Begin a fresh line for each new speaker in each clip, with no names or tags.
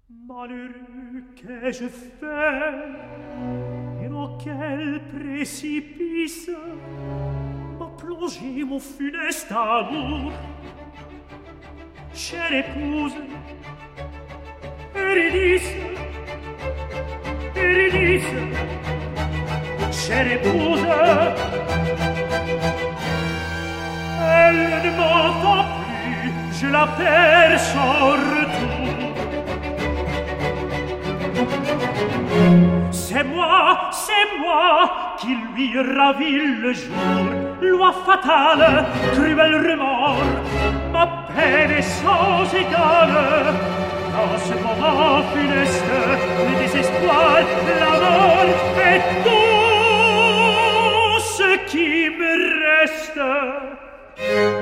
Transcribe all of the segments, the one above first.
Malheureux, qu'ai-je fait? Et dans quel précipice m'a plongé mon funeste amour? Chère épouse, Eurydice, Eurydice, chère épouse, elle ne m'entend plus, je la perds sans retour. C'est moi qui lui ravis le jour, loi fatale, cruel remords, ma peine est sans égale. Dans ce moment funeste, le désespoir, la mort est tout ce qui me reste.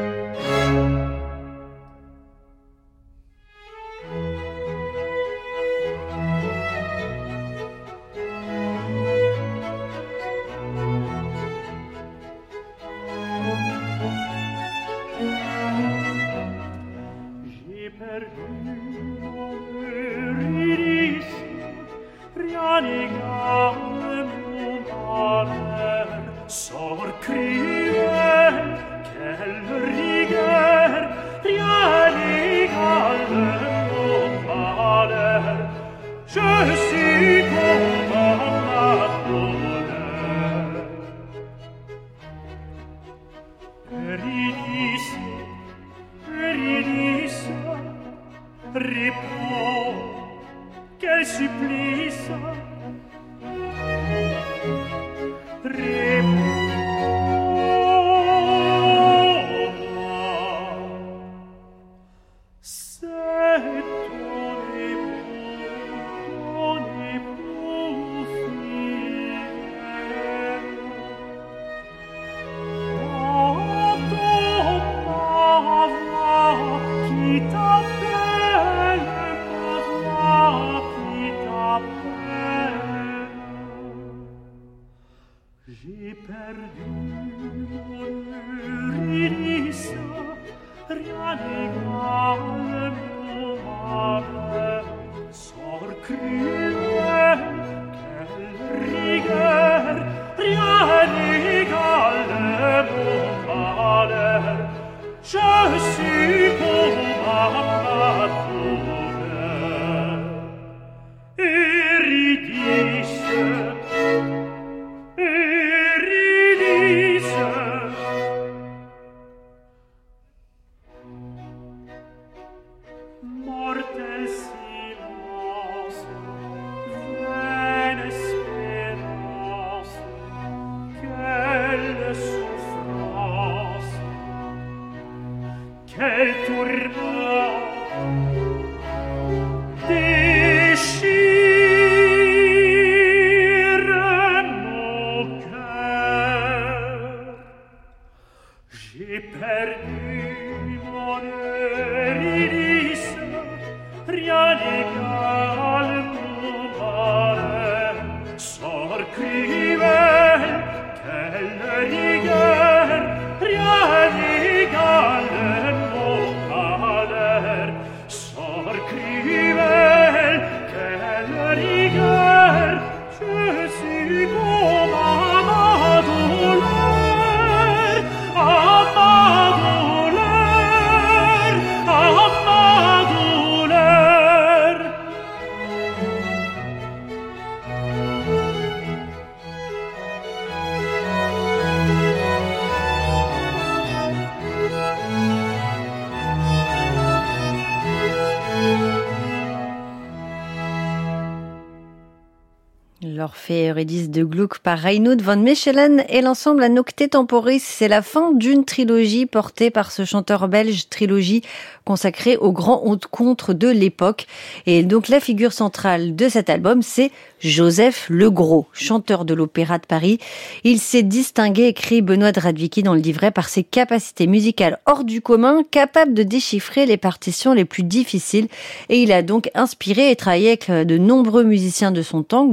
L'Orphée Eurydice de Gluck par Reinoud van Mechelen et l'ensemble Un Octet Temporis. C'est la fin d'une trilogie portée par ce chanteur belge, trilogie consacrée aux grands contres de l'époque. Et donc la figure centrale de cet album, c'est Joseph Legros, chanteur de l'Opéra de Paris. Il s'est distingué, écrit Benoît de Radvicki dans le livret, par ses capacités musicales hors du commun, capable de déchiffrer les partitions les plus difficiles. Et il a donc inspiré et travaillé avec de nombreux musiciens de son temps, Gluck, donc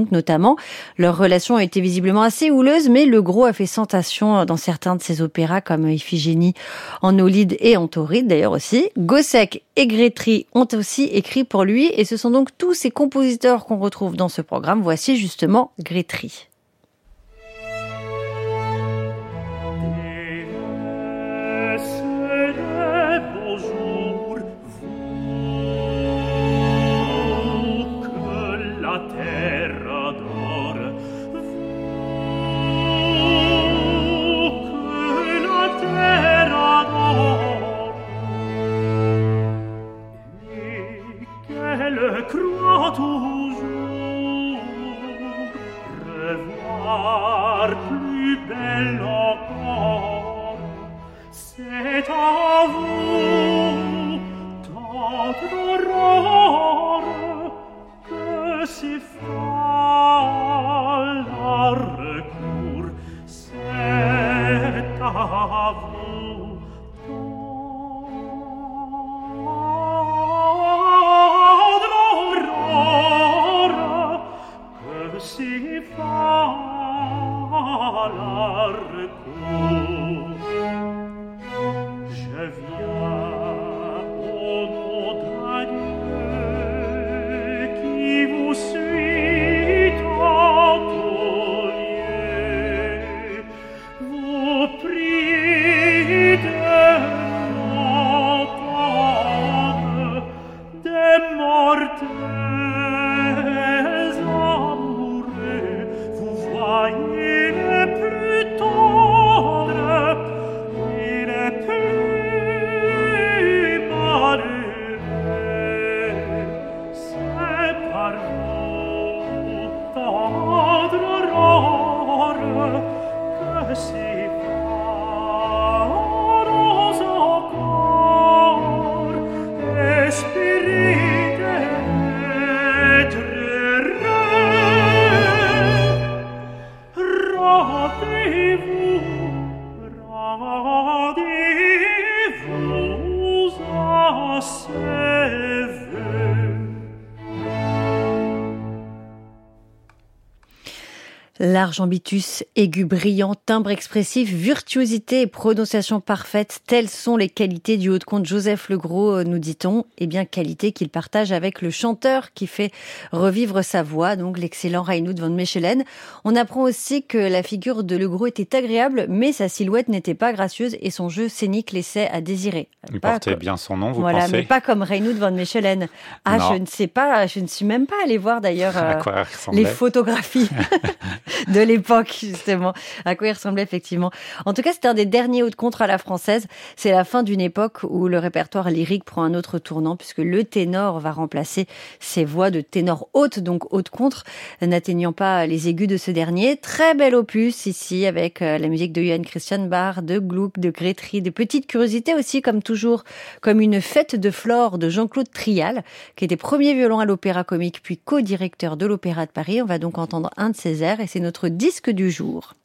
donc notamment. Leur relation a été visiblement assez houleuse, mais le Gros a fait sensation dans certains de ses opéras comme Iphigénie en Aulide et en Tauride d'ailleurs aussi. Gossec et Grétry ont aussi écrit pour lui et ce sont donc tous ces compositeurs qu'on retrouve dans ce programme. Voici justement Grétry. Large ambitus, aigu brillant, timbre expressif, virtuosité et prononciation parfaite, telles sont les qualités du haut-de-comte Joseph Le Gros, nous dit-on. Eh bien, qualité qu'il partage avec le chanteur qui fait revivre sa voix, donc l'excellent Reinoud van Mechelen. On apprend aussi que la figure de Le Gros était agréable, mais sa silhouette n'était pas gracieuse et son jeu scénique laissait à désirer.
Il portait bien son nom, vous
voilà,
pensez ?
Mais pas comme Reinoud van Mechelen. Ah,
non.
Je ne sais pas, je ne suis même pas allée voir d'ailleurs
À quoi il ressemblait
les photographies de l'époque, justement, à quoi il ressemblait effectivement. En tout cas, c'était un des derniers hauts de contre à la française. C'est la fin d'une époque où le répertoire lyrique prend un autre tournant, puisque le ténor va remplacer ses voix de ténor haute, donc haute contre, n'atteignant pas les aigus de ce dernier. Très bel opus ici, avec la musique de Johann Christian Bach, de Gluck, de Grétry, de petites curiosités aussi, comme toujours, comme une fête de Flore de Jean-Claude Trial, qui était premier violon à l'Opéra Comique, puis co-directeur de l'Opéra de Paris. On va donc entendre un de ses airs, et c'est notre disque du jour.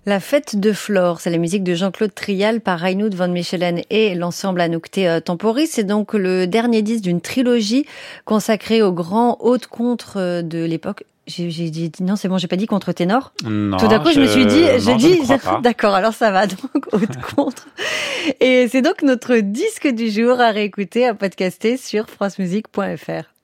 La fête de Flore, c'est la musique de Jean-Claude Trial par Reinoud van Mechelen et l'ensemble Anoukté Temporis. C'est donc le dernier disque d'une trilogie consacrée aux grands hautes contres de l'époque. J'ai dit non, c'est bon, j'ai pas dit contre-ténor.
Non.
Tout d'un coup, je me suis dit,
d'accord,
alors ça va, donc haute contre. Et c'est donc notre disque du jour à réécouter, à podcaster sur francemusique.fr.